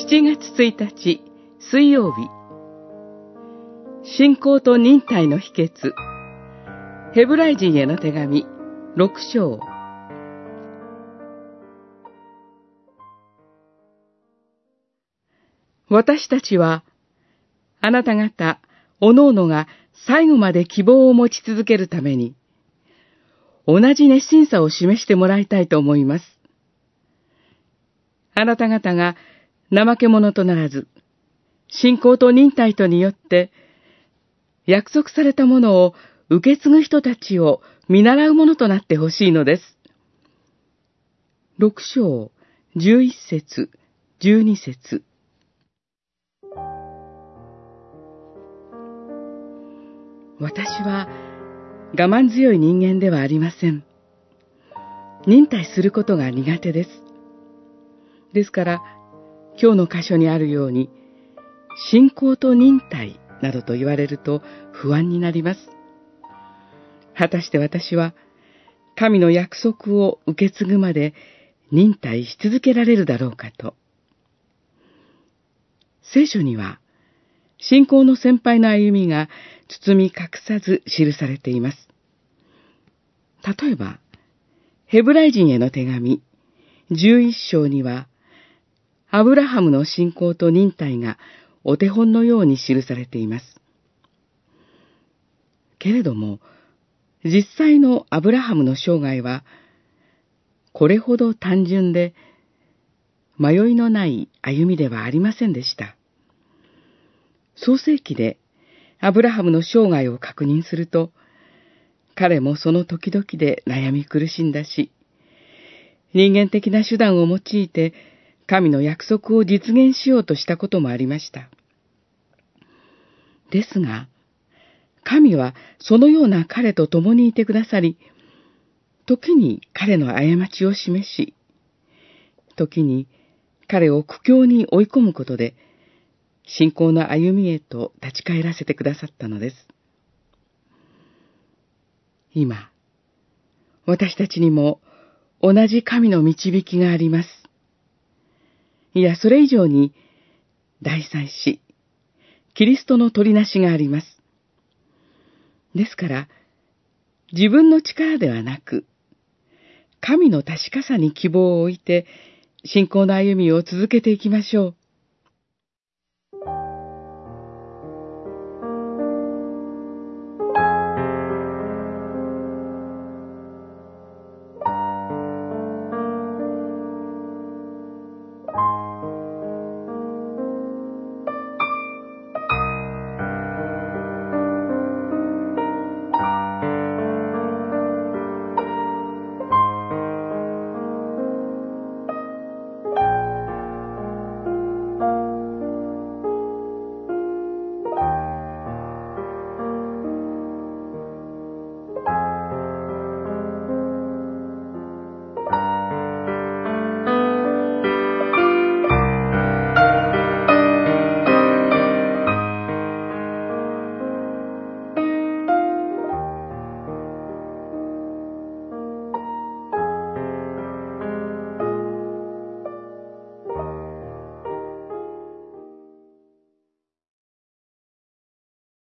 7月1日水曜日、信仰と忍耐の秘訣、ヘブライ人への手紙6章。私たちはあなた方おのおのが最後まで希望を持ち続けるために同じ熱心さを示してもらいたいと思います。あなた方が怠け者とならず、信仰と忍耐とによって、約束されたものを受け継ぐ人たちを見習うものとなってほしいのです。6章、11節、12節。私は我慢強い人間ではありません。忍耐することが苦手です。ですから、今日の箇所にあるように、信仰と忍耐などと言われると不安になります。果たして私は、神の約束を受け継ぐまで忍耐し続けられるだろうかと。聖書には、信仰の先輩の歩みが包み隠さず記されています。例えば、ヘブライ人への手紙11章には、アブラハムの信仰と忍耐がお手本のように記されています。けれども、実際のアブラハムの生涯は、これほど単純で迷いのない歩みではありませんでした。創世記でアブラハムの生涯を確認すると、彼もその時々で悩み苦しんだし、人間的な手段を用いて神の約束を実現しようとしたこともありました。ですが、神はそのような彼と共にいてくださり、時に彼の過ちを示し、時に彼を苦境に追い込むことで、信仰の歩みへと立ち返らせてくださったのです。今、私たちにも同じ神の導きがあります。いや、それ以上に大祭司、キリストの取りなしがあります。ですから、自分の力ではなく、神の確かさに希望を置いて、信仰の歩みを続けていきましょう。